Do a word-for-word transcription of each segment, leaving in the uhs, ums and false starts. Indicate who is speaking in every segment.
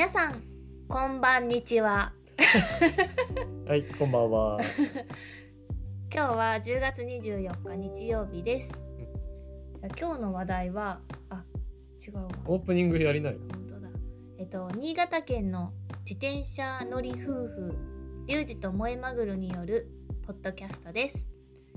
Speaker 1: 皆さんこんばんにちは
Speaker 2: はいこんばんは
Speaker 1: 今日はじゅうがつにじゅうよっか日曜日です、うん、今日の話題はあ違うわ
Speaker 2: オープニングやりない
Speaker 1: 本当だえっと新潟県の自転車乗り夫婦リュウジと萌えマグロによるポッドキャストです。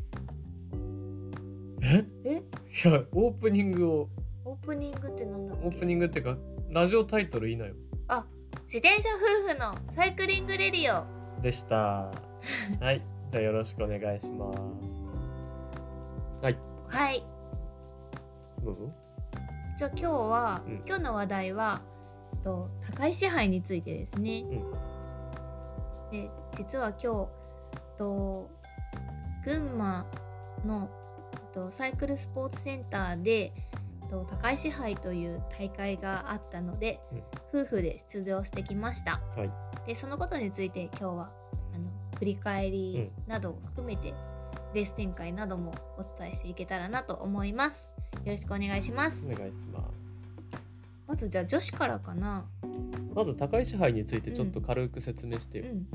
Speaker 2: え
Speaker 1: え
Speaker 2: いやオープニングを
Speaker 1: オープニングってなんだっけ。
Speaker 2: オープニングってかラジオタイトルいいなよ。
Speaker 1: あ、自転車夫婦のサイクリングレディオ
Speaker 2: でしたはいじゃあよろしくお願いします。はい
Speaker 1: はい
Speaker 2: どうぞ。
Speaker 1: じゃあ今日は、うん、今日の話題はと高い支配についてですね、うん、で実は今日と群馬のとサイクルスポーツセンターでと高い支配という大会があったので、うん、夫婦で出場してきました、はい、でそのことについて今日はあの振り返りなどを含めて、うん、レース展開などもお伝えしていけたらなと思います。よろしくお願いします。
Speaker 2: お願いします。
Speaker 1: まずじゃあ女子からかな。
Speaker 2: まず高い支配についてちょっと軽く説明してよ、うんうん、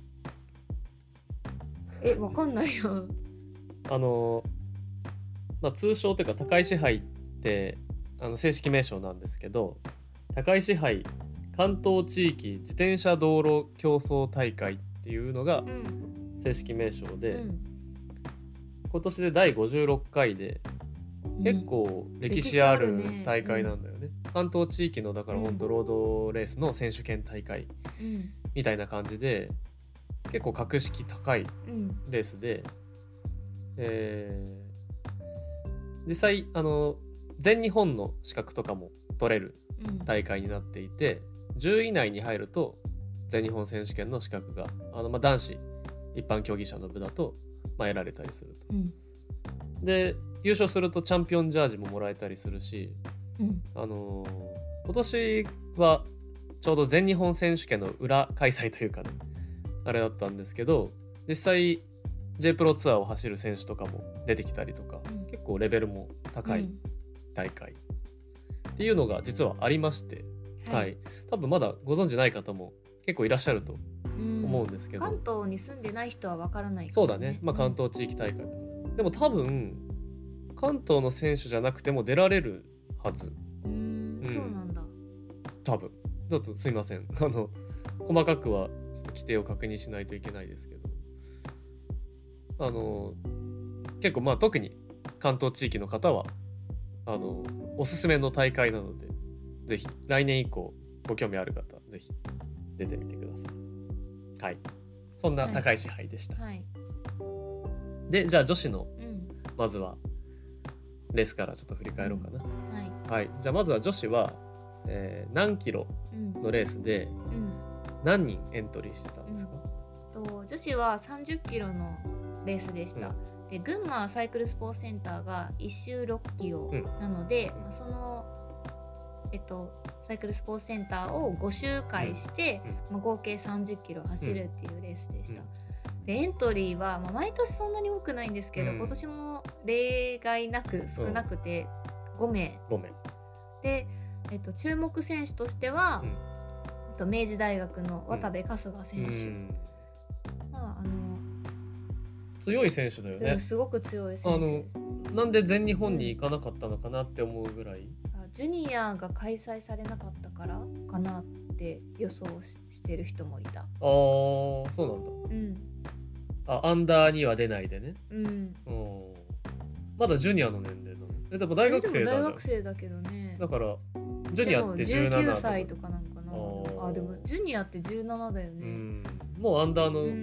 Speaker 1: え、わかんないよ
Speaker 2: あの、まあ、通称というか高い支配ってあの正式名称なんですけど、高い支配関東地域自転車道路競争大会っていうのが正式名称で、うん、今年でだいごじゅうろっかいで結構歴史ある大会なんだよね、うん、関東地域のだから本当ロードレースの選手権大会みたいな感じで結構格式高いレースで、うんえー、実際あの全日本の資格とかも取れる大会になっていて、うん、じゅうい以内に入ると全日本選手権の資格があの、まあ、男子一般競技者の部だと、まあ、得られたりすると、うん、で優勝するとチャンピオンジャージももらえたりするし、うん、あのー、今年はちょうど全日本選手権の裏開催というかねあれだったんですけど、実際 J プロツアーを走る選手とかも出てきたりとか、うん、結構レベルも高い大会っていうのが実はありまして、うんはい、はい、多分まだご存知ない方も結構いらっしゃると思うんですけど、
Speaker 1: 関東に住んでない人は分からないからね。
Speaker 2: そうだね、まあ、関東地域大会だから、うん、でも多分関東の選手じゃなくても出られるはず。
Speaker 1: うーん、うん、そうなんだ。
Speaker 2: 多分ちょっとすいませんあの細かくはちょっと規定を確認しないといけないですけど、あの結構まあ特に関東地域の方はあのおすすめの大会なので、ぜひ来年以降ご興味ある方ぜひ出てみてください。はい、そんな高い支配でした、はいはい、でじゃあ女子の、うん、まずはレースからちょっと振り返ろうかな、うんはいはい、じゃあまずは女子は、えー、何キロのレースで何人エントリーしてたんですか？
Speaker 1: うんうん、と女子はさんじゅっキロのレースでした、うん、で群馬サイクルスポーツセンターがいち周ろっキロなので、うんまあ、その、えっと、サイクルスポーツセンターをご周回して、うんまあ、合計さんじゅっキロ走るっていうレースでした、うんでエントリーは、まあ、毎年そんなに多くないんですけど、うん、今年も例外なく少なくてごめい、
Speaker 2: ごめい
Speaker 1: で、えっと、注目選手としては、うん、えっと、明治大学の渡部春日選手、うんまあ、あの
Speaker 2: 強い選手だよね。
Speaker 1: すごく強い選手です。
Speaker 2: あのなんで全日本に行かなかったのかなって思うぐらい、うん、
Speaker 1: あジュニアが開催されなかったからかなって予想 し, してる人もいた。ああ
Speaker 2: そうなんだ。うんあアンダーには出ないでね、うん、まだジュニアの年齢なの？えでも大学生だじゃん。
Speaker 1: 大学生だけどね。
Speaker 2: だからジュニアってじゅうなな
Speaker 1: じゅうきゅうさいとかなんかな。あでもジュニアってじゅうななだよね、うん、
Speaker 2: もうアンダーの、うん、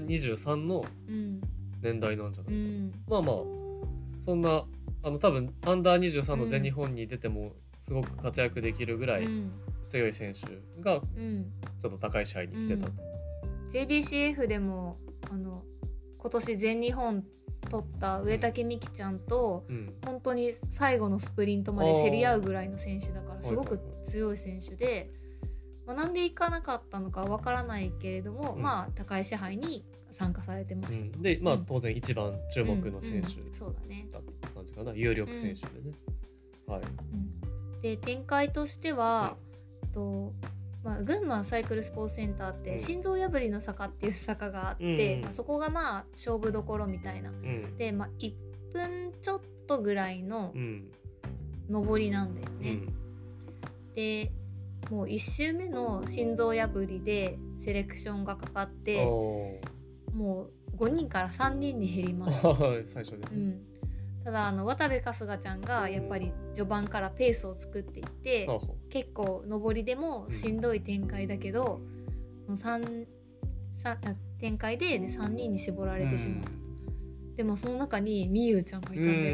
Speaker 2: にじゅうさんの年代なんじゃないかな、うん、まあまあそんなあの多分アンダーにじゅうさんの全日本に出てもすごく活躍できるぐらい強い選手がちょっと高い支配に来てたと、
Speaker 1: うん、ジェービーシーエフ でもあの今年全日本取った上竹美希ちゃんと、うん、本当に最後のスプリントまで競り合うぐらいの選手だからすごく強い選手で、まあ、なんで行かなかったのかわからないけれども、うん、まあ高い支配に参加されてました、
Speaker 2: うん、でまあ当然一番注目の選手だった感じかな、有力選手でね、うんはい
Speaker 1: うん、で展開としては、うん、とまあ、群馬サイクルスポーツセンターって、うん、心臓破りの坂っていう坂があって、うんまあ、そこがまあ勝負どころみたいな、うん、で、まあ、いっぷんちょっとぐらいの上りなんだよね、うん、でもういち周目の心臓破りでセレクションがかかってもうごにんからさんにんに減りました
Speaker 2: 最初で、
Speaker 1: うん、ただあの渡部春日ちゃんがやっぱり序盤からペースを作っていって、うん、結構上りでもしんどい展開だけど、うん、その 3, 3展開 で, でさんにんに絞られてしまった、うん、でもその中にみゆちゃんがいたんだよね、うん、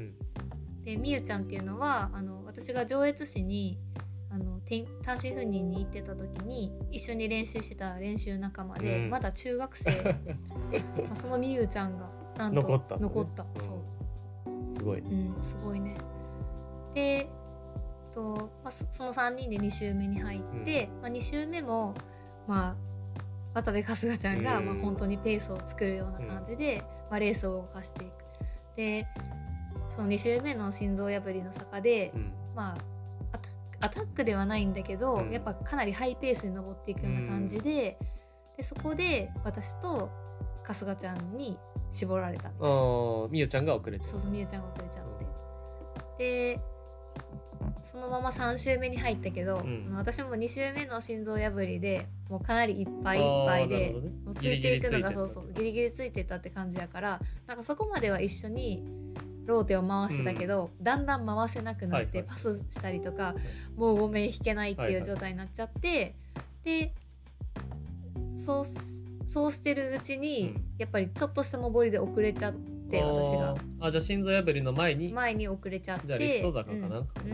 Speaker 1: でみゆちゃんっていうのはあの私が上越市にあの単身赴任に行ってた時に一緒に練習してた練習仲間で、うん、まだ中学生まあそのみゆちゃんがなんと
Speaker 2: 残った、ね、
Speaker 1: 残ったそう
Speaker 2: すごい、
Speaker 1: うん、すごいね。で、とまあ、そのさんにんでに周目に入って、うんまあ、に周目も、まあ、渡部春日ちゃんが、うんまあ、本当にペースを作るような感じで、うんまあ、レースを動かしていく。でそのに周目の心臓破りの坂で、うんまあ、アタック、アタックではないんだけど、うん、やっぱかなりハイペースに登っていくような感じで、うん、でそこで私と春日ちゃんに絞られたみたいな。
Speaker 2: あみゆちゃんが遅れちゃう。
Speaker 1: そうそうみゆちゃんが遅れちゃってでそのままさん周目に入ったけど、うん、その私もに周目の心臓破りでもうかなりいっぱいいっぱいで、ね、もうついていくのがそうそうギリギリついてたって感じやからなんかそこまでは一緒にローテを回してたけど、うん、だんだん回せなくなってパスしたりとか、はいはい、もうごめん引けないっていう状態になっちゃって、はいはい、でそうそうしてるうちに、うん、やっぱりちょっとした上りで遅れちゃって私が
Speaker 2: あじゃあ心臓破りの前に
Speaker 1: 前に遅れちゃって
Speaker 2: じゃあリフト坂かな、うん
Speaker 1: うん、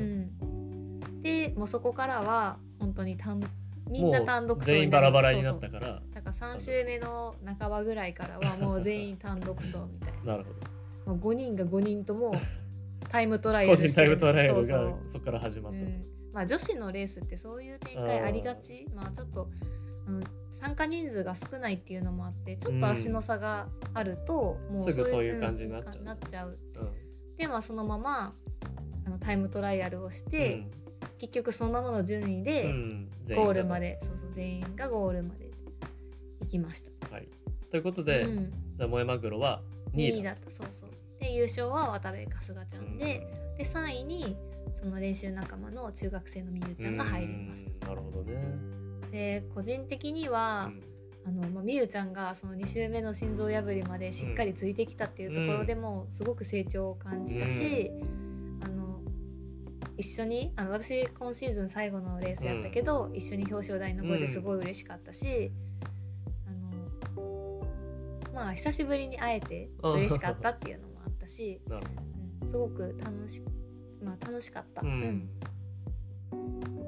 Speaker 1: でもうそこからは本当に単みんな単独走
Speaker 2: 全員バラバラになったから
Speaker 1: そうそうだからさん周目の半ばぐらいからはもう全員単独走みたいな
Speaker 2: なるほど
Speaker 1: もうごにんがごにんともタイムトライアル
Speaker 2: 個人タイムトライアルがそこから始まったと、
Speaker 1: うんまあ、女子のレースってそういう展開ありがちまあちょっとうん、参加人数が少ないっていうのもあってちょっと足の差があると、
Speaker 2: うん、もうすぐそういう感じになっちゃう、
Speaker 1: なっちゃううん、でまあそのままあのタイムトライアルをして、うん、結局そのままの順位でゴールまで、うん、そうそう全員がゴールまで行きました、
Speaker 2: はい、ということで、うん、じゃあ萌えマグロはにいだった。
Speaker 1: にいだったそうそうで優勝は渡部春日ちゃんで、うん、でさんいにその練習仲間の中学生のみゆちゃんが入りました。
Speaker 2: なるほどね。
Speaker 1: で個人的には、うん、あのまあ、みゆちゃんがそのに周目の心臓破りまでしっかりついてきたっていうところでもすごく成長を感じたし、うん、あの一緒にあの私今シーズン最後のレースやったけど、うん、一緒に表彰台登れてすごい嬉しかったし、うん、あのまあ久しぶりに会えて嬉しかったっていうのもあったし、うん、すごく楽し、まあ、楽しかった、うん
Speaker 2: うん、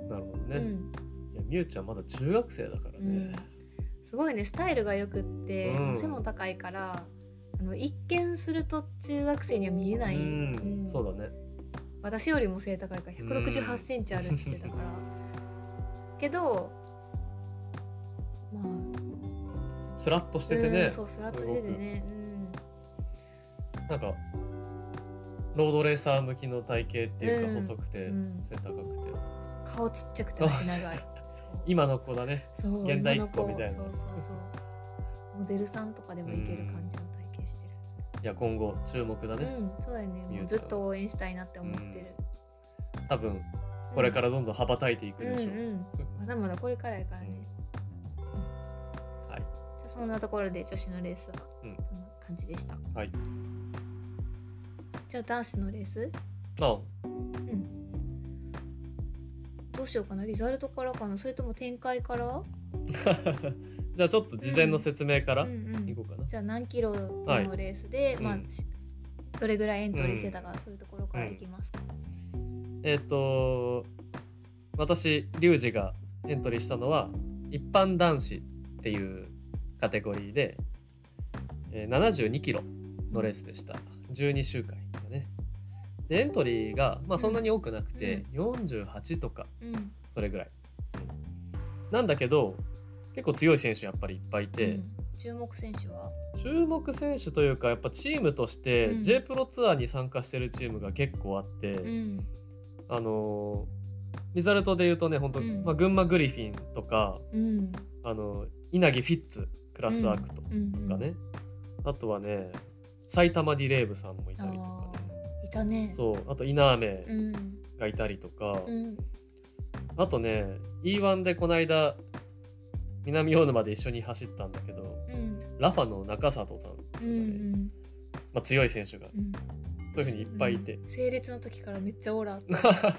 Speaker 2: なるほどね、うんいやみゆちゃんまだ中学生だからね、うん、
Speaker 1: すごいねスタイルがよくって、うん、背も高いからあの一見すると中学生には見えない、
Speaker 2: うんうん、そうだね
Speaker 1: 私よりも背高いからひゃくろくじゅうはちセンチあるって言ってたからけどま
Speaker 2: あスラッとしててね、
Speaker 1: うん、そうスラッとしててね、
Speaker 2: うん、なんかロードレーサー向きの体型っていうか細くて、うん、背高くて
Speaker 1: 顔ちっちゃくて足長い
Speaker 2: 今の子だね
Speaker 1: そう
Speaker 2: 現代っ子みたいな
Speaker 1: そうそうそうモデルさんとかでもいける感じの体型してる
Speaker 2: いや今後注目だね
Speaker 1: うんそうだよねもうずっと応援したいなって思ってる
Speaker 2: 多分これからどんどん羽ばたいていくでしょう、うんうんうん、
Speaker 1: まだまだこれからやからね、
Speaker 2: うん、はい
Speaker 1: じゃあそんなところで女子のレースはこんな感じでした、
Speaker 2: うん、はい
Speaker 1: じゃあ男子のレース
Speaker 2: ああ
Speaker 1: うんどうしようかなリザルトからかなそれとも展開から
Speaker 2: じゃあちょっと事前の説明からいこうかな、うんうんうん、
Speaker 1: じゃあ何キロのレースで、はいまあうん、どれぐらいエントリーしてたか、うん、そういうところからいきますか、
Speaker 2: うん、えっ、ー、と私リュウジがエントリーしたのは一般男子っていうカテゴリーで、えー、ななじゅうにキロのレースでした、うん、じゅうに周回だねでエントリーが、まあ、そんなに多くなくて、うん、よんじゅうはちとか、うん、それぐらい、うん、なんだけど結構強い選手やっぱりいっぱいいて、うん、
Speaker 1: 注目選手は
Speaker 2: 注目選手というかやっぱチームとして、うん、J プロツアーに参加してるチームが結構あって、うん、あのリザルトで言うとね本当、
Speaker 1: うん
Speaker 2: まあ、群馬グリフィンとか、
Speaker 1: うん、
Speaker 2: あの稲城フィッツクラスアクトとかね、
Speaker 1: うんうん、
Speaker 2: あとはね埼玉ディレーブさんもいたりとかね、
Speaker 1: いたね。
Speaker 2: そうあと稲雨
Speaker 1: うん
Speaker 2: がいたりとか、
Speaker 1: うん、
Speaker 2: あとね イーワン でこの間南大沼で一緒に走ったんだけど、
Speaker 1: うん、
Speaker 2: ラファの中里さんとかね、
Speaker 1: うんうん
Speaker 2: まあ、強い選手が、
Speaker 1: うん、
Speaker 2: そういう風にいっぱいいて、
Speaker 1: うん、整列の時からめっちゃオーラあった、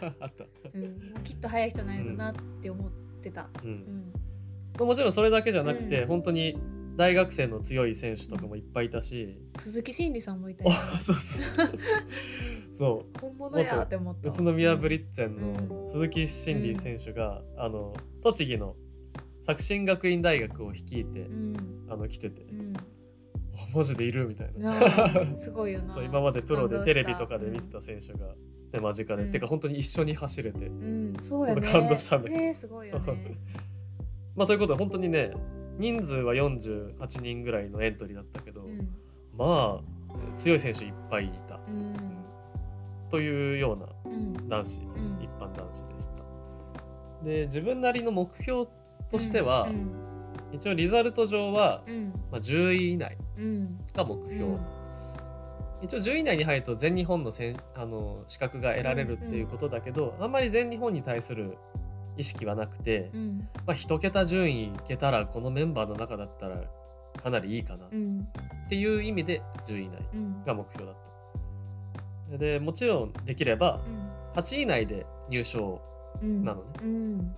Speaker 2: あった、
Speaker 1: うん、もうきっと速い人なんやろなって思ってた、
Speaker 2: うん
Speaker 1: うん
Speaker 2: うん、もちろんそれだけじゃなくて、
Speaker 1: うん、
Speaker 2: 本当に大学生の強い選手とかもいっぱいいたし、
Speaker 1: 鈴木真理さんもいたよ、ね、
Speaker 2: そうそうそう
Speaker 1: 本物やって思った。
Speaker 2: 宇都宮ブリッツェンの鈴木真理選手が、うん、あの栃木の作新学院大学を率いて、うん、あの来てて、うん、マジでいるみたいな
Speaker 1: すごいよな
Speaker 2: そう今までプロでテレビとかで見てた選手が、で間近で、うん、てか本当に一緒に走れて、うん、
Speaker 1: そうやね、
Speaker 2: 感動したんだけど、
Speaker 1: ね、すごいよね
Speaker 2: まあということで本当にね人数はよんじゅうはちにんぐらいのエントリーだったけど、うん、まあ強い選手いっぱいいた、うん、というような男子、うん、一般男子でした。で自分なりの目標としては、うんうん、一応リザルト上は、うんまあ、じゅうい以内が目標、うん、一応じゅうい以内に入ると全日本のせんあの資格が得られるっていうことだけど、うんうん、あんまり全日本に対する意識はなくて、うんまあ、一桁順位いけたらこのメンバーの中だったらかなりいいかなっていう意味でじゅうい以内が目標だった、うん、でもちろんできればはちい以内で入賞なのね、うん、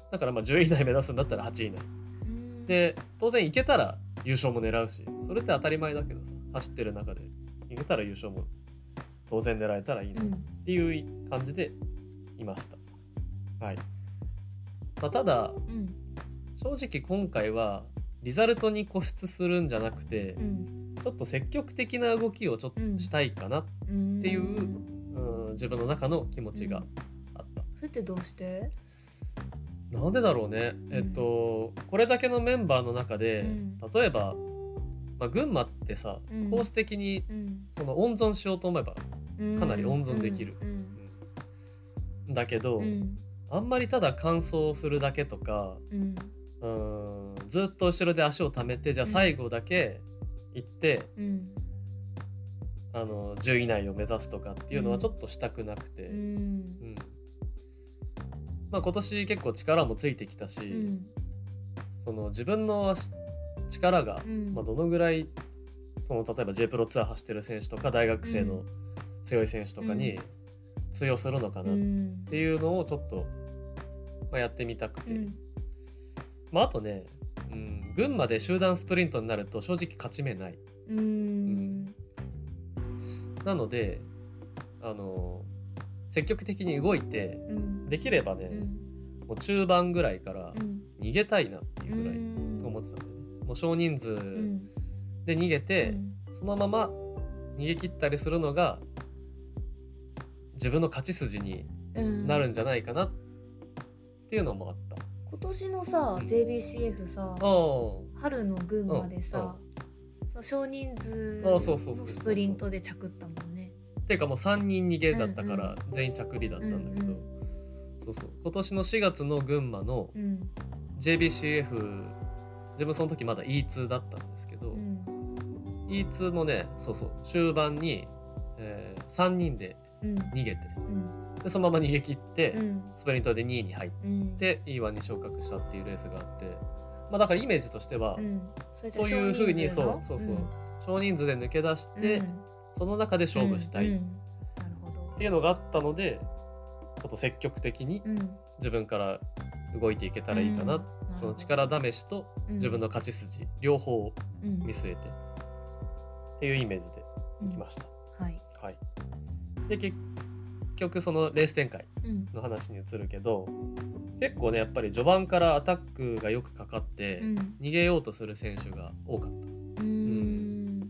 Speaker 2: だからまあじゅうい以内目指すんだったらはちい以内、うん、で当然いけたら優勝も狙うし、それって当たり前だけどさ、走ってる中でいけたら優勝も当然狙えたらいいなっていう感じでいました、はい。まあ、ただ、うん、正直今回はリザルトに固執するんじゃなくて、うん、ちょっと積極的な動きをちょっとしたいかなっていう、うんうん、自分の中の気持ちがあった、うん、
Speaker 1: それってどうして？
Speaker 2: なんでだろうね、うん、えっとこれだけのメンバーの中で、うん、例えば、まあ、群馬ってさ、うん、コース的にその温存しようと思えばかなり温存できる、うんうん、だけど、うんあんまりただ完走するだけとか、うん、うーんずっと後ろで足を溜めてじゃあ最後だけ行って、うん、あのじゅうい以内を目指すとかっていうのはちょっとしたくなくて、うんうんまあ、今年結構力もついてきたし、うん、その自分の力が、うんまあ、どのぐらいその例えば J プロツアー走ってる選手とか大学生の強い選手とかに通用するのかなっていうのをちょっとまあ、やってみたくて、うんまあ、あとね、うん、群馬で集団スプリントになると正直勝ち目ない、うん、うん、なのであの積極的に動いて、うん、できればね、うん、もう中盤ぐらいから逃げたいなっていうぐらい思ってたんだよね、うん、もう少人数で逃げて、うん、そのまま逃げ切ったりするのが自分の勝ち筋になるんじゃないかなっていうのもあった。
Speaker 1: 今年のさ、うん、ジェイビーシーエフ さ春の群馬でさ、その少人数のスプリントで着ったもんね。
Speaker 2: ていうかもうさんにん逃げだったから全員着離だったんだけど、うんうん、そうそう今年のしがつの群馬の ジェイビーシーエフ、自分その時まだ イーツー だったんですけど、うん、イーツー のねそうそう終盤に、えー、さんにんで逃げて、うんでそのまま逃げ切って、うん、スプリントでにいに入って、うん、イーワン に昇格したっていうレースがあって、まあ、だからイメージとしては、うん、そういう風にそうそうそう、うん、少人数で抜け出して、うん、その中で勝負したいっていうのがあったのでちょっと積極的に自分から動いていけたらいいかな、うん、その力試しと自分の勝ち筋、両方を見据えて、っていうイメージでいきました、はいはい、で結結局そのレース展開の話に移るけど、うん、結構ねやっぱり序盤からアタックがよくかかって、うん、逃げようとする選手が多かった、うんうん、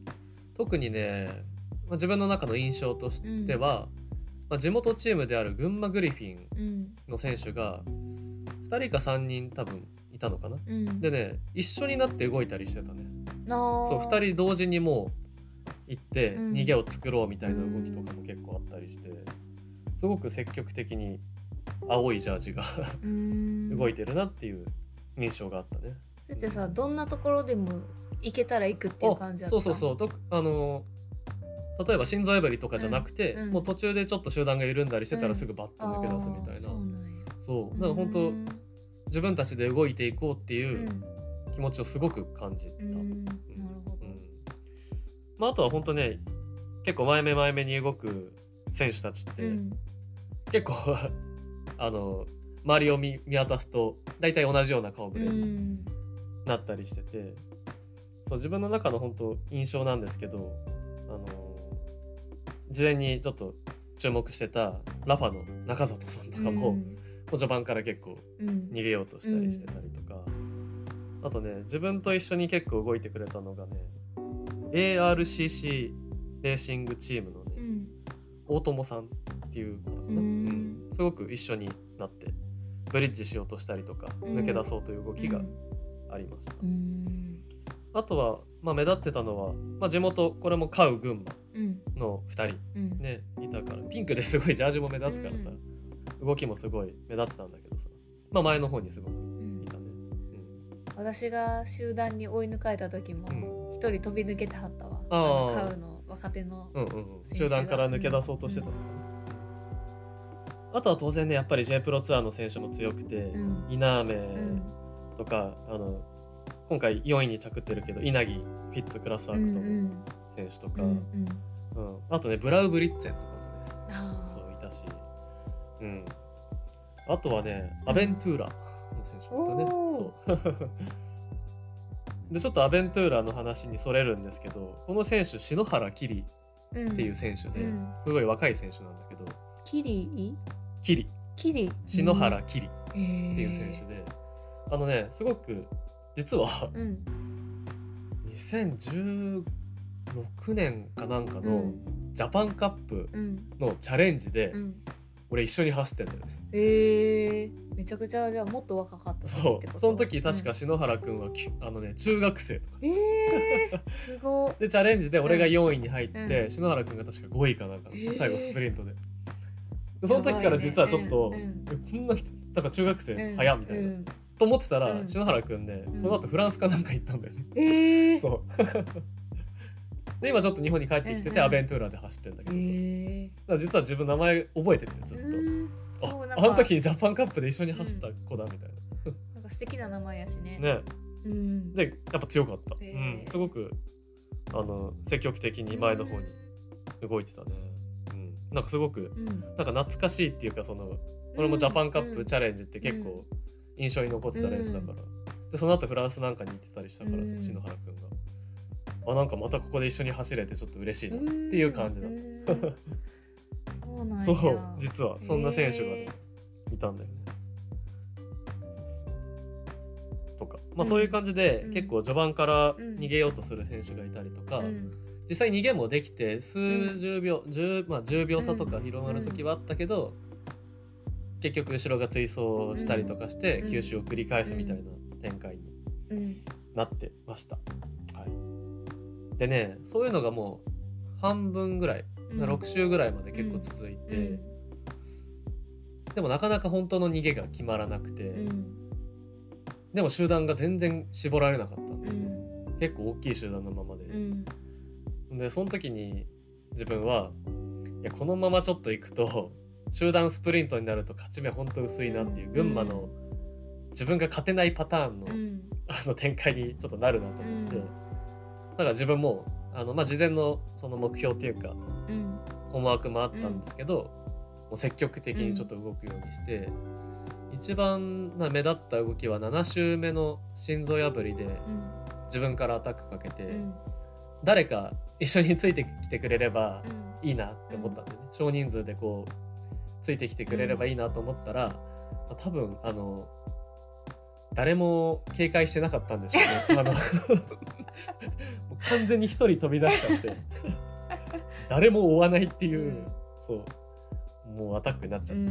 Speaker 2: 特にね、まあ、自分の中の印象としては、うんまあ、地元チームである群馬グリフィンの選手がふたりかさんにん多分いたのかな、うん、でね一緒になって動いたりしてたね。そうふたり同時にもう行って逃げを作ろうみたいな動きとかも結構あったりして、すごく積極的に青いジャージが動いてるなっていう印象があったね。
Speaker 1: だってさ、どんなところでも行けたら行くっていう感じだった。
Speaker 2: そうそうそう。あの例えば心臓破りとかじゃなくて、うんうん、もう途中でちょっと集団が緩んだりしてたらすぐバッと抜け出すみたいな、うん、そうなんや。そうだから本当自分たちで動いていこうっていう気持ちをすごく感じた。うんうん、なるほど。うん、まあ、あとは本当ね、結構前目前目に動く選手たちって、うん、結構あの周りを 見, 見渡すと大体同じような顔ぶれになったりしてて、うん、そう自分の中の本当印象なんですけど、あの事前にちょっと注目してたラファの中里さんとかも、うん、もう序盤から結構逃げようとしたりしてたりとか、うん、あとね自分と一緒に結構動いてくれたのがね エーアールシーシー レーシングチームのね、うん、大友さんっていう方かな、うんうん、すごく一緒になってブリッジしようとしたりとか、うん、抜け出そうという動きがありました、うん、あとは、まあ、目立ってたのは、まあ、地元これもカウ群馬のふたり、ねうん、いたからピンクですごいジャージも目立つからさ、うん、動きもすごい目立ってたんだけどさ、まあ、前の方にすごくいたね、
Speaker 1: うん、私が集団に追い抜かれた時も一人飛び抜けてはったわ、うん、カウの若手の、
Speaker 2: うんうんうん、集団から抜け出そうとしてたのかな、うん、あとは当然ねやっぱり J プロツアーの選手も強くて、うん、稲目とか、うん、あの今回よんいに着ってるけど稲城フィッツクラスアクトの選手とか、うんうんうん、あとねブラウブリッツェンとかもねそういたし、うん、あとはねアベントゥーラの選手だったね、うん、そうでちょっとアベントゥーラの話にそれるんですけど、この選手篠原キリっていう選手で、うん、すごい若い選手なんだけど、
Speaker 1: キリ
Speaker 2: キリ
Speaker 1: キリ
Speaker 2: 篠原キリっていう選手で、あのねすごく実は、うん、にせんじゅうろくねんかなんかのジャパンカップのチャレンジで、うん、俺一緒に走ってんだよね。
Speaker 1: へー、めちゃくちゃじゃあもっと若かった
Speaker 2: そうってこと。その時確か篠原くんは、うん、あのね中学生とか、
Speaker 1: えー、すご
Speaker 2: でチャレンジで俺がよんいに入って、うん、篠原くんが確かごいかなんか、えー、最後スプリントで、でその時から実はちょっと、ねうん、こんな人なんか中学生早みたいな、うんうんと思ってたら、うん、篠原くんね、うん、その後フランスかなんか行ったんだよね。えー、そうで今ちょっと日本に帰ってきてて、うんうん、アベントゥーラで走ってんだけどさ、えー、だから実は自分名前覚えててずっと、うん、あ, あの時にジャパンカップで一緒に走った子だみたいな、
Speaker 1: うん、なんか素敵な名前やしね。
Speaker 2: ね、うん、でやっぱ強かった、えーうん、すごくあの積極的に前の方に動いてたね、うん、なんかすごく、うん、なんか懐かしいっていうか、その俺もジャパンカップチャレンジって結構、うん印象に残ってたレースだから、うん、でその後フランスなんかに行ってたりしたからさ、うん、篠原くんがあなんかまたここで一緒に走れてちょっと嬉しいなっていう感じだった、うん、
Speaker 1: そうなんや
Speaker 2: そう実はそんな選手が、ね、いたんだよねとか、まあ、そういう感じで、うん、結構序盤から逃げようとする選手がいたりとか、うん、実際逃げもできて数十秒、うん 10, まあ、じゅうびょう差とか広がる時はあったけど、結局後ろが追走したりとかして吸収を繰り返すみたいな展開になってました、はい、でねそういうのがもう半分ぐらい、うん、ろく周ぐらいまで結構続いて、うん、でもなかなか本当の逃げが決まらなくて、うん、でも集団が全然絞られなかったんで、ねうん、結構大きい集団のままで、うん、でその時に自分はいやこのままちょっと行くと集団スプリントになると勝ち目ほんと薄いなっていう、群馬の自分が勝てないパターンの、うん、あの展開にちょっとなるなと思って、うん、だから自分もあの、まあ、事前のその目標っていうか、うん、思惑もあったんですけど、うん、もう積極的にちょっと動くようにして、うん、一番目立った動きはなな周目の心臓破りで、うん、自分からアタックかけて、うん、誰か一緒についてきてくれればいいなって思ったんでね、少人数でこうついてきてくれればいいなと思ったら、うん、多分あの誰も警戒してなかったんでしょうねあのもう完全に一人飛び出しちゃって誰も追わないっていう、うん、そうもうアタックになっちゃって、うん、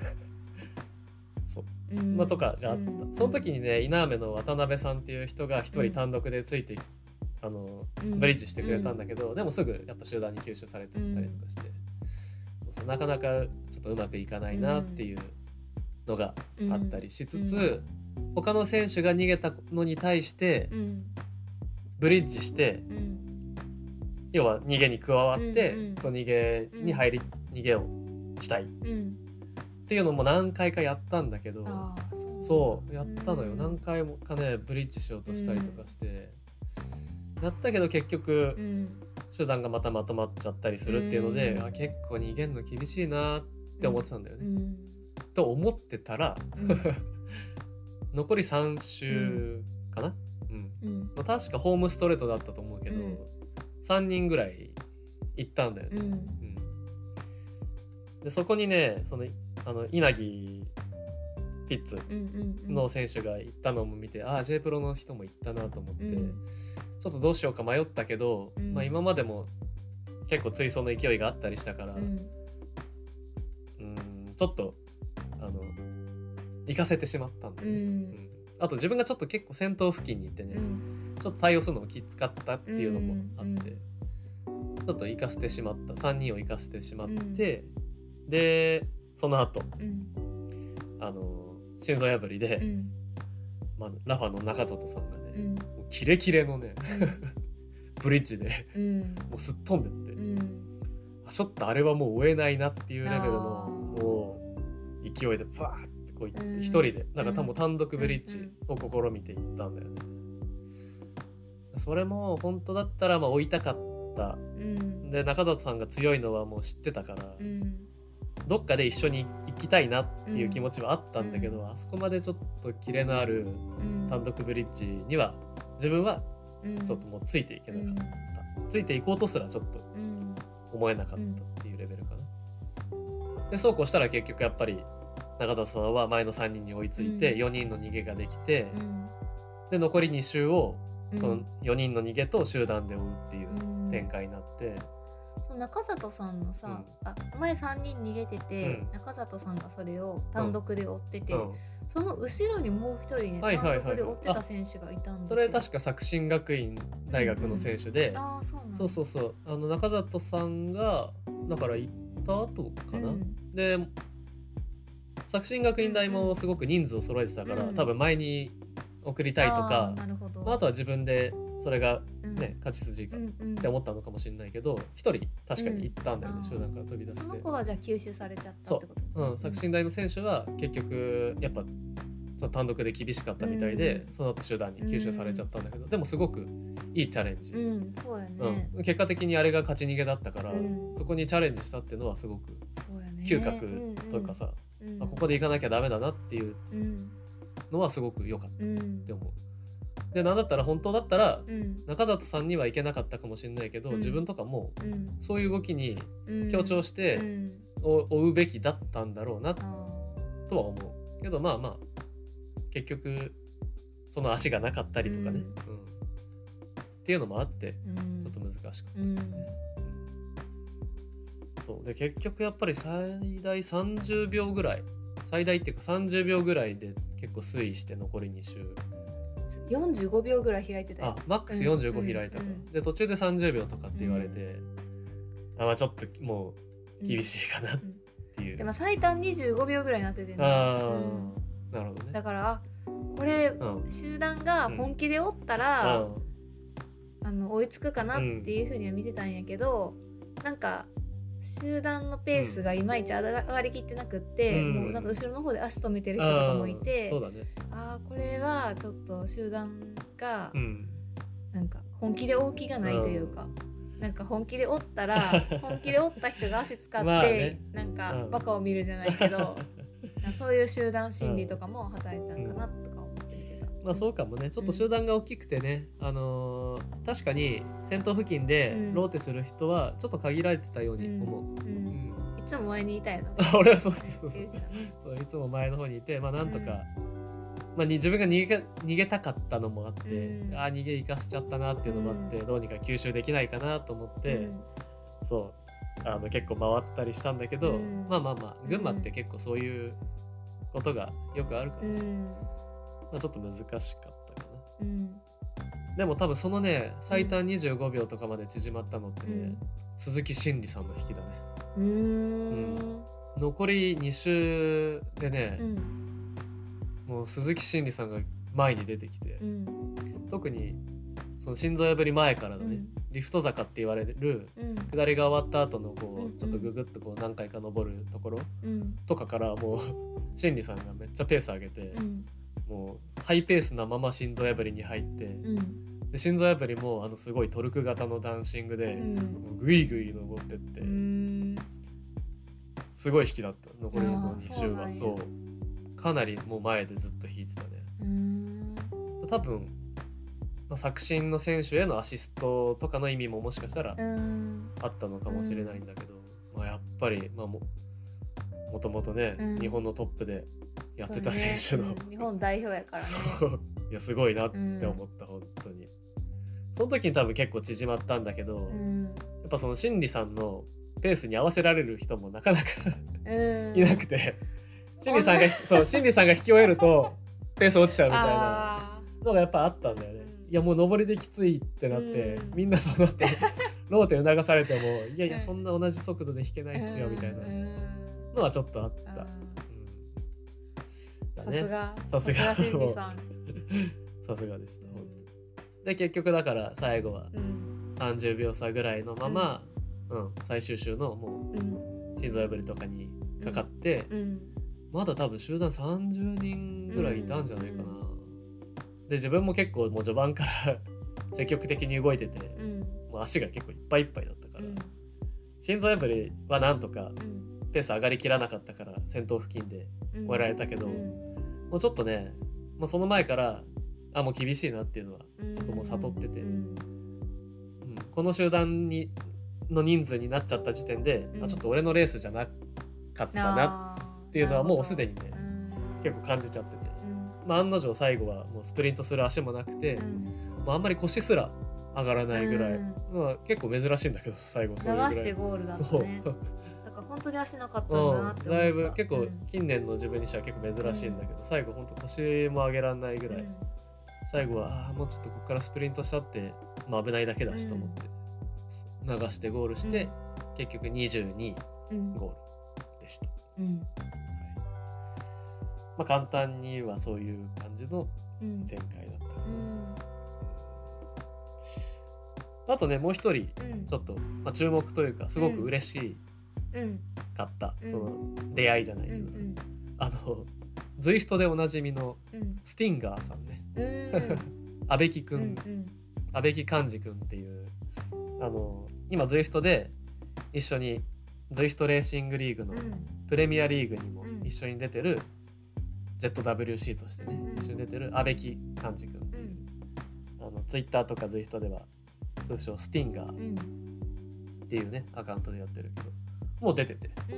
Speaker 2: そう、うん、まあとかがあった、うん、その時にね稲雨の渡辺さんっていう人が一人単独でついて、うん、あのブリッジしてくれたんだけど、でもすぐやっぱ集団に吸収されてったりとかして、 なかなかちょっとうまくいかないなっていうのがあったりしつつ、うん、他の選手が逃げたのに対してブリッジして、うん、要は逃げに加わって、うんうん、その逃げに入り、うん、逃げをしたい、うん、っていうのも何回かやったんだけど、そう、そうやったのよ、うん、何回もかねブリッジしようとしたりとかして、うん、やったけど結局、うん、手段がまたまとまっちゃったりするっていうので、うん、あ結構逃げるの厳しいなって思ってたんだよね、うん、と思ってたら、うん、残りさん週かな、うんうんまあ、確かホームストレートだったと思うけど、うん、さんにんぐらい行ったんだよね、うんうん、でそこにねそのあの稲城ピッツの選手が行ったのも見て、うんうんうん、あ J プロの人も行ったなと思って、うん、ちょっとどうしようか迷ったけど、うんまあ、今までも結構追走の勢いがあったりしたから、うん、うんちょっとあの行かせてしまったんだよね、うんうん、あと自分がちょっと結構先頭付近に行ってね、うん、ちょっと対応するのもきつかったっていうのもあって、うんうん、ちょっと行かせてしまったさんにんを行かせてしまって、うん、でその後、うん、あの心臓破りで、うんまあ、ラファの中里さんがね、うん、もうキレキレのね、うん、ブリッジで、うん、もうすっ飛んでって、うん、ちょっとあれはもう追えないなっていうレベルのもう勢いでバーってこういって一、うん、人でなんか多分単独ブリッジを試みていったんだよね、うん、それも本当だったらまあ追いたかった、うん、で中里さんが強いのはもう知ってたから、うんどっかで一緒に行きたいなっていう気持ちはあったんだけど、うん、あそこまでちょっとキレのある単独ブリッジには自分はちょっともうついていけなかった、うん、ついていこうとすらちょっと思えなかったっていうレベルかな。でそうこうしたら結局やっぱり中里さんは前のさんにんに追いついてよにんの逃げができて、うん、で残りに周をそのよにんの逃げと集団で追うっていう展開になって、
Speaker 1: その中里さんのさ、うん、あ前さんにん逃げてて、うん、中里さんがそれを単独で追ってて、うん、その後ろにもう一人ね、はいはいはい、単独で追ってた選手がいたんだけど、
Speaker 2: それ確か作新学院大学の選手で、うんうん、あそうなんだそうそうそうあの中里さんがだから行った後かな、うん、で作新学院大もすごく人数を揃えてたから、うん、多分前に送りたいとか、あ、なるほど、まあ、あとは自分でそれがね、うん、勝ち筋かって思ったのかもしれないけど一、うん、人確かに行ったんだよね、うん、集団から飛び出して、
Speaker 1: その子はじゃあ吸収されちゃったってこと、
Speaker 2: そう、うん、作新大の選手は結局やっぱその単独で厳しかったみたいで、うん、その後集団に吸収されちゃったんだけど、うん、でもすごくいいチャレンジ、うん、そうやね、うん、結果的にあれが勝ち逃げだったから、うん、そこにチャレンジしたっていうのはすごく嗅覚というかさ、うんうん、あここで行かなきゃダメだなっていうのはすごく良かったって思う、でなんだったら本当だったら、うん、中里さんには行けなかったかもしれないけど、うん、自分とかも、うん、そういう動きに強調して、うん、追うべきだったんだろうなとは思うけど、まあまあ結局その足がなかったりとかね、うんうん、っていうのもあってちょっと難しかった、うんうん、そうで結局やっぱり最大さんじゅうびょうぐらい最大っていうかさんじゅうびょうぐらいで結構推移して残りに周
Speaker 1: よんじゅうごびょうぐらい開いてたよ。
Speaker 2: あ、マックスよんじゅうご開いたと、うんうん、で途中でさんじゅうびょうとかって言われて、うん、あまあちょっともう厳しいかなっていう、うんうん、
Speaker 1: でも最短にじゅうごびょうぐらいになっててね、
Speaker 2: あ、うん、なるほどね。
Speaker 1: だからあこれ、うん、集団が本気でおったら、うん、あの追いつくかなっていう風には見てたんやけど、うん、なんか集団のペースがいまいち上がりきってなくって、うん、もうなんか後ろの方で足止めてる人とかもいて、
Speaker 2: そうだね、
Speaker 1: あーこれはちょっと集団がなんか本気で追う気がないというか、うん、なんか本気で追ったら本気で追った人が足使って、ね、なんかバカを見るじゃないけど、うん、そういう集団心理とかも働いたんかなとか思って見てた、
Speaker 2: まあそうかもね。ちょっと集団が大きくてね、うん、あのー、確かに先頭付近でローテする人はちょっと限られてたように思う、うんうん
Speaker 1: うん、いつも前にいたよな
Speaker 2: 俺はそうそうそうそういつも前の方にいて、まあなんとか、うんまあ、自分が逃げ、逃げたかったのもあって、うん、あ逃げ生かしちゃったなっていうのもあって、うん、どうにか吸収できないかなと思って、うん、そうあの結構回ったりしたんだけど、うん、まあまあまあ群馬って結構そういうことがよくあるからさ、うんまあ、ちょっと難しかったかな、うん、でも多分そのね最短にじゅうごびょうとかまで縮まったのってね、うん、鈴木真理さんの引きだね。
Speaker 1: うーん、うん、
Speaker 2: 残りに周でね、うん、もう鈴木真理さんが前に出てきて、うん、特にその心臓破り前からのね、うん、リフト坂って言われる、うん、下りが終わった後のこう、うん、ちょっとググッとこう何回か登るところ、うん、とかからもう真理さんがめっちゃペース上げて、うん、もうハイペースなまま心臓破りに入って、うん、で心臓破りもあのすごいトルク型のダンシングで、うん、グイグイ登ってって、うん、すごい引きだった。残りのに周はそうかなりもう前でずっと引いてたね。うん、多分、まあ、作新の選手へのアシストとかの意味ももしかしたらあったのかもしれないんだけど、まあ、やっぱり、まあ、も, もともとね、うん、日本のトップでやってた選手の、
Speaker 1: ね、うん、日本代表やからね。
Speaker 2: そういやすごいなって思った、うん、本当に。その時に多分結構縮まったんだけど、うん、やっぱその真理さんのペースに合わせられる人もなかなかいなくて、真理さんがそう真理さんが引き終えるとペース落ちちゃうみたいなのがやっぱあったんだよね。いやもう上りできついってなって、うん、みんなその後ローテ促されてもいやいやそんな同じ速度で引けないっすよみたいなのはちょっとあった。
Speaker 1: さすが
Speaker 2: さすが
Speaker 1: 真理さん
Speaker 2: さすがでした、うん、で結局だから最後はさんじゅうびょう差ぐらいのまま、うんうん、最終週のもう心臓破りとかにかかって、うんうん、まだ多分集団さんじゅうにんぐらいいたんじゃないかな、うんうん、で自分も結構もう序盤から積極的に動いてて、うん、もう足が結構いっぱいいっぱいだったから、うん、心臓破りはなんとかペース上がりきらなかったから先頭付近で終えられたけど、うん、もうちょっとねもうその前からあもう厳しいなっていうのはちょっともう悟ってて、うんうん、この集団にの人数になっちゃった時点で、うん、あちょっと俺のレースじゃなかったなっていうのはもうすでにね、うん、結構感じちゃってて、うん、まあ、案の定最後はもうスプリントする足もなくて、うん、まあ、あんまり腰すら上がらないぐらい、うん、まあ、結構珍しいんだけど最後そういうぐらい
Speaker 1: 流してゴールだったね。そうだから本当に足なかったんだなって思った、うん、だいぶ
Speaker 2: 結構近年の自分にしては結構珍しいんだけど、うん、最後本当腰も上げられないぐらい、うん、最後はあもうちょっとここからスプリントしたって、まあ、危ないだけだしと思って、うん、流してゴールして、うん、結局にじゅうにいゴールでした、うん、はい、まあ、簡単にはそういう感じの展開だったかな、うん、あとねもう一人ちょっと、まあ、注目というかすごく嬉しい、うん、かった、うん、その出会いじゃないけどさ、うんうん、あのズイフトでおなじみのスティンガーさんね、うん、阿部木くん、うんうん、阿部木寛治くんっていうあの今ズイフトで一緒にズイフトレーシングリーグのプレミアリーグにも一緒に出てる、うん、ゼットダブリューシー としてね、うん、一緒に出てる阿部木寛治くんっていう、うん、あのツイッターとかズイフトでは通称スティンガーっていうねアカウントでやってるけどもう出てて、うん、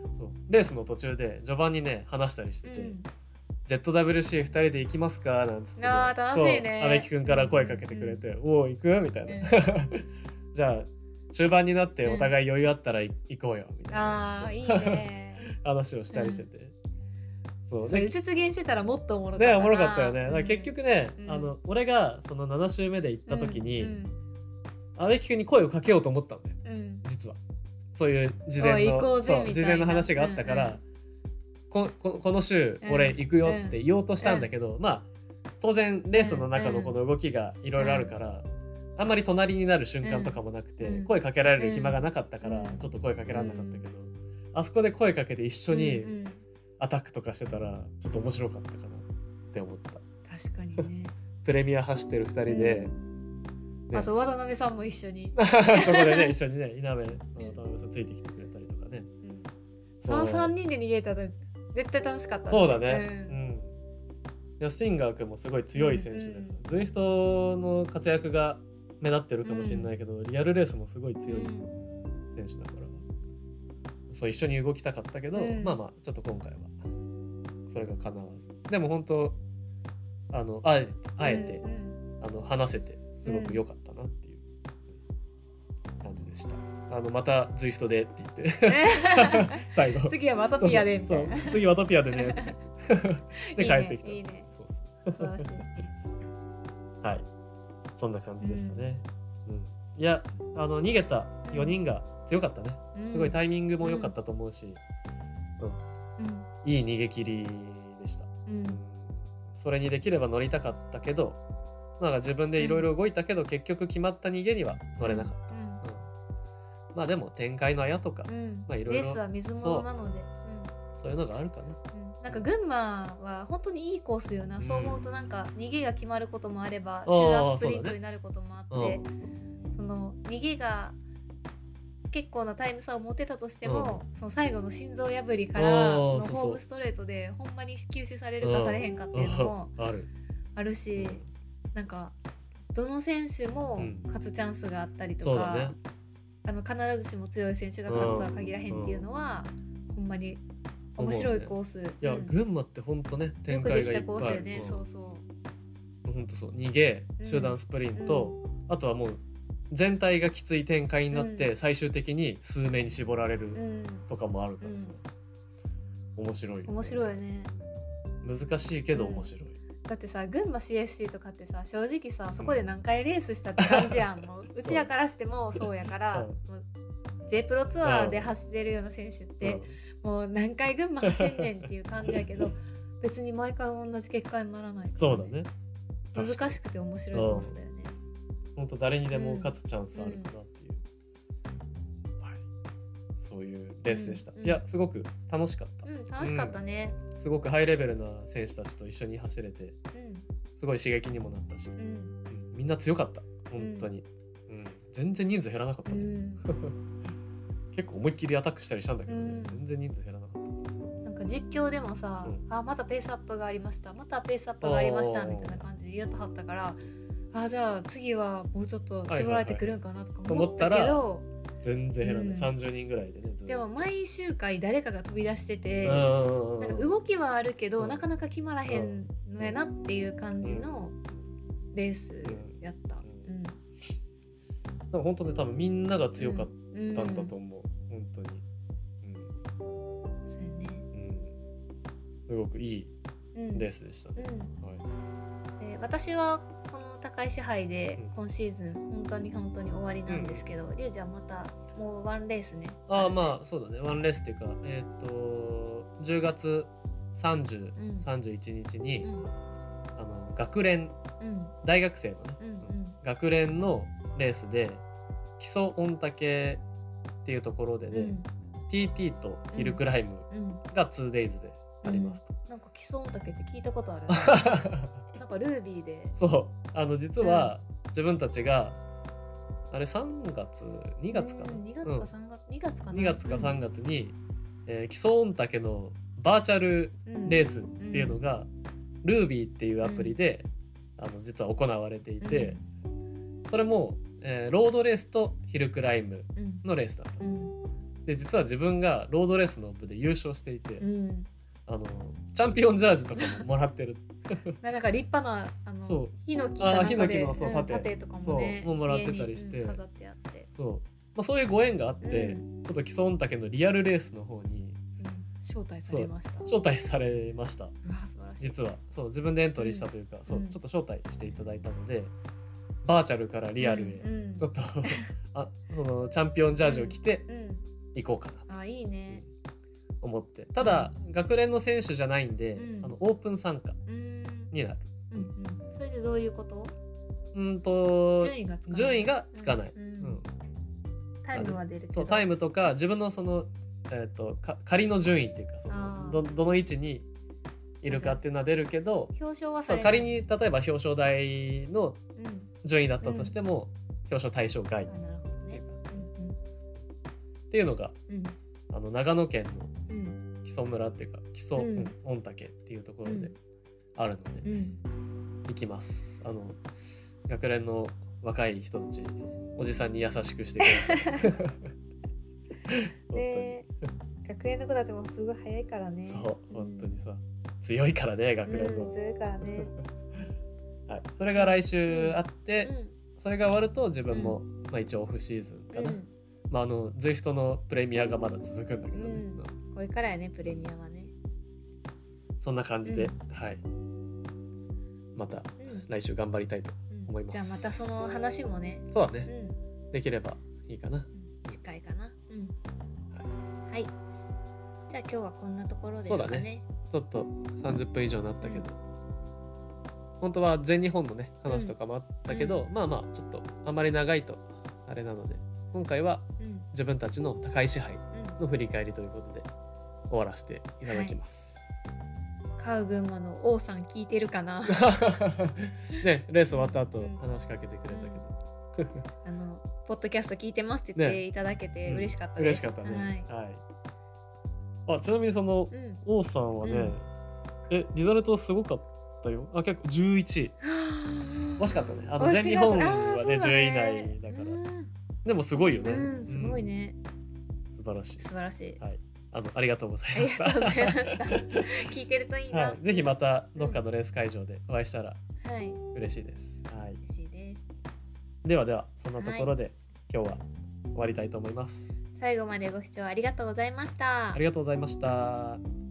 Speaker 2: そうレースの途中で序盤にね話したりしてて、うん、ゼットダブリューシーふたりで行きますかなんつって、ね、
Speaker 1: あ楽しいね。
Speaker 2: 阿部木くんから声かけてくれて、うん、おお行くみたいな、うん、じゃあ終盤になってお互い余裕あったら行こうよみたいな、
Speaker 1: うん、あいいね
Speaker 2: 話をしたりしてて、うん、
Speaker 1: そうそれ実現してたらもっとおもろかったな。
Speaker 2: ねおもろかったよね。だから結局ね、うん、あの俺がそのなな周目で行った時に、うんうん、阿部木くんに声をかけようと思ったんだよ、うん、実はそういう事前のそう事前の話があったから、うんうん、こ, こ, この週俺行くよって言おうとしたんだけど、うんうん、まあ当然レースの中のこの動きがいろいろあるから、うんうん、あんまり隣になる瞬間とかもなくて、うん、声かけられる暇がなかったから、うん、ちょっと声かけられなかったけど、うん、あそこで声かけて一緒にアタックとかしてたらちょっと面白かったかなって思った。
Speaker 1: 確かにね
Speaker 2: プレミア走ってるふたりで、
Speaker 1: うんね、あと渡辺さんも一緒に
Speaker 2: そこでね一緒にね稲部の渡辺さんついてきてくれたりとかね、うん、
Speaker 1: そのさんにんで逃げたら絶対楽しかった、ね、
Speaker 2: そうだね、うんうん、いやスティンガー君もすごい強い選手です、うんうん、ズイフトの活躍が目立ってるかもしれないけど、うん、リアルレースもすごい強い選手だから、うん、そう一緒に動きたかったけど、うん、まあまあちょっと今回はそれが叶わず、でも本当あのあえて、あえて、うんうん、あの話せてすごく良かったなっていう感じでした、うん、あのまたズイフトでって言って最後
Speaker 1: 次はワトピアでみたいな、
Speaker 2: そうそうそう次ワトピアでねで帰ってきた。
Speaker 1: いいね、
Speaker 2: そうそう素晴らしいはいそんな感じでしたね、うんうん、いやあの逃げたよにんが強かったね、うん、すごいタイミングも良かったと思うし、うんうん、いい逃げ切りでした、うん、それにできれば乗りたかったけど、なんか自分でいろいろ動いたけど、うん、結局決まった逃げには乗れなかった、うんうん、まあでも展開のあやとか、うん、まあいろいろ
Speaker 1: レースは水物なので、
Speaker 2: そう、そういうのがあるかな、うん、
Speaker 1: なんか群馬は本当にいいコースよな、うん、そう思うとなんか逃げが決まることもあれば集団スプリントになることもあって、 そ,、ね、うん、その逃げが結構なタイム差を持てたとしても、うん、その最後の心臓破りからそのホームストレートでほんまに吸収されるかされへんかっていうのもある、あるし、なんかどの選手も勝つチャンスがあったりとか、うんね、あの必ずしも強い選手が勝つとは限らへんっていうのは、うん、ほんまに面白いコース、ね、
Speaker 2: いや、うん、群馬ってほんとね展開がいっぱいある、よくできたコースよね、うん、そうそうほんとそう、逃げ、集団スプリント、うん、あとはもう全体がきつい展開になって、うん、最終的に数名に絞られるとかもあるからさ、うん、面白いよね。
Speaker 1: 面白いよね。
Speaker 2: 難しいけど面白い、うん、
Speaker 1: だってさ、群馬 シーエスシー とかってさ、正直さ、そこで何回レースしたって感じやん、もううちらからしてもそうやから、うん、もう J プロツアーで走ってるような選手って、うん、もう何回群馬走んねんっていう感じやけど別に毎回同じ結果にならないから、ね、
Speaker 2: そうだね、
Speaker 1: 難しくて面白いコースだよね。
Speaker 2: 本当誰にでも勝つチャンスあるかなっていう、うんはい、そういうレースでした、うんうん、いやすごく楽しかった、
Speaker 1: うん、楽しかったね、
Speaker 2: うん、すごくハイレベルな選手たちと一緒に走れて、うん、すごい刺激にもなったし、うんうん、みんな強かった本当に、うんうん、全然人数減らなかったもん、うん、結構思いっきりアタックしたりしたんだけどね、うん、全然人数減らなかったからさ、
Speaker 1: なんか実況でもさ、うん、あまたペースアップがありましたまたペースアップがありましたみたいな感じで言うとはったから、あじゃあ次はもうちょっと絞られてくるんかなとか思ったけど、はいはいはい、
Speaker 2: 全然減らない、うん、さんじゅうにんぐらいでね。
Speaker 1: でも毎週回誰かが飛び出してて、なんか動きはあるけど、うん、なかなか決まらへんのやなっていう感じのレースやった、うんうん、
Speaker 2: なんか本当ね多分みんなが強かったんだと思う、うん、本当に、
Speaker 1: うん、そうやね、
Speaker 2: うん、すごくいいレースでしたね、うん
Speaker 1: はい、で私はこの高い支配で今シーズン本当に本当に終わりなんですけど、リュウジはまたもうワンレースね。
Speaker 2: ああまあそうだね、ワンレースっていうかえっ、ー、とじゅうがつさんじゅう、うん、さんじゅういちにちに、うん、あの学連、うん、大学生のね、うんうん、学連のレースで基礎御嶽っていうところでね、うん、ティーティー とヒルクライムが ツーデイズでありますと、
Speaker 1: うん、なんか基礎御嶽って聞いたことあるなんかルービーで
Speaker 2: そうあの実は自分たちが、うん、あれさんがつにがつかな、
Speaker 1: にがつかさんがつ、うん、にがつかな
Speaker 2: にがつかさんがつに、うんえー、基礎御嶽のバーチャルレースっていうのが、うん、ルービーっていうアプリで、うん、あの実は行われていて、うん、それも、えー、ロードレースとヒルクライムのレースだった、うん、で実は自分がロードレースの部で優勝していて、うんあのチャンピオンジャージとかももらってる
Speaker 1: なんか立派なあのそうヒノキかなんかでヒノキのそう 盾,、うん、盾とかもね
Speaker 2: そうももらってたりして、
Speaker 1: うん、飾ってあって
Speaker 2: そう、まあ、そういうご縁があって、うん、ちょっと基礎御嶽のリアルレースの方に、
Speaker 1: うん、招待されました
Speaker 2: 招待されました。
Speaker 1: うわ素晴らしい。
Speaker 2: 実はそう自分でエントリーしたというか、うん、そうちょっと招待していただいたのでバーチャルからリアルへ、うんうん、ちょっとあそのチャンピオンジャージを着て行こうかなと、
Speaker 1: うん、あいいね
Speaker 2: 思ってただ、うん、学連の選手じゃないんで、うん、あのオープン参加になる、
Speaker 1: うんうん、それでどういうこと？
Speaker 2: うんと
Speaker 1: 順位がつかない、
Speaker 2: 順位がつかない、
Speaker 1: うんうん、タイムは出るけど
Speaker 2: そうタイムとか自分のその、えー、とか仮の順位っていうかその ど, どの位置にいるかっていうのは出るけど
Speaker 1: 表彰は
Speaker 2: そう仮に例えば表彰台の順位だったとしても、うん、表彰対象外、
Speaker 1: なるほどね、うんうん、
Speaker 2: っていうのが、うんあの長野県の木曽村っていうか木曽御嶽っていうところであるので、うん、行きます。あの学連の若い人たちおじさんに優しくしてください
Speaker 1: ね学連の子たちもすごい早いからね。
Speaker 2: そう本当にさ、うん、強いからね学連の、
Speaker 1: うん、強いからね
Speaker 2: はい、それが来週あって、うん、それが終わると自分も、うんまあ、一応オフシーズンかな、うんまあ、あのズイフトのプレミアがまだ続くんだけどね、
Speaker 1: うん、これからやねプレミアはね。
Speaker 2: そんな感じで、うん、はいまた来週頑張りたいと思います、
Speaker 1: うん、じゃあまたその話もね
Speaker 2: そうだね、うん、できればいいかな、
Speaker 1: うん、次回かな。 じゃあ今日はこんなところですかね。
Speaker 2: そうだね、ちょっとさんじゅっぷん以上になったけど、うん、本当は全日本のね話とかもあったけど、うん、まあまあちょっとあまり長いとあれなので、今回は自分たちの高い支配の振り返りということで終わらせていただきます、
Speaker 1: はい、カウ群馬の王さん聞いてるかな
Speaker 2: ね、レース終わった後話しかけてくれたけど、
Speaker 1: うん、あのポッドキャスト聞いてますって言っていただけて嬉しかったです、
Speaker 2: ね、うん、嬉しかったね、はい、はい。あ、ちなみにその、うん、王さんはね、うん、えリザルトすごかったよ。あ、結構じゅういちい惜しかったね。あの全日本はねじゅうい以内だから、うん、でもすごいよね、
Speaker 1: うん、すごいね、
Speaker 2: うん、素晴らしい
Speaker 1: 素晴らしい、
Speaker 2: はい、あのありがとうございました。
Speaker 1: ありがとうございました聞いてるといいな、
Speaker 2: はい、ぜひまたどっかのレース会場でお会いしたら
Speaker 1: はい
Speaker 2: 嬉しいです、はい、
Speaker 1: 嬉しいです。
Speaker 2: ではではそんなところで、はい、今日は終わりたいと思います。
Speaker 1: 最後までご視聴ありがとうございました。
Speaker 2: ありがとうございました。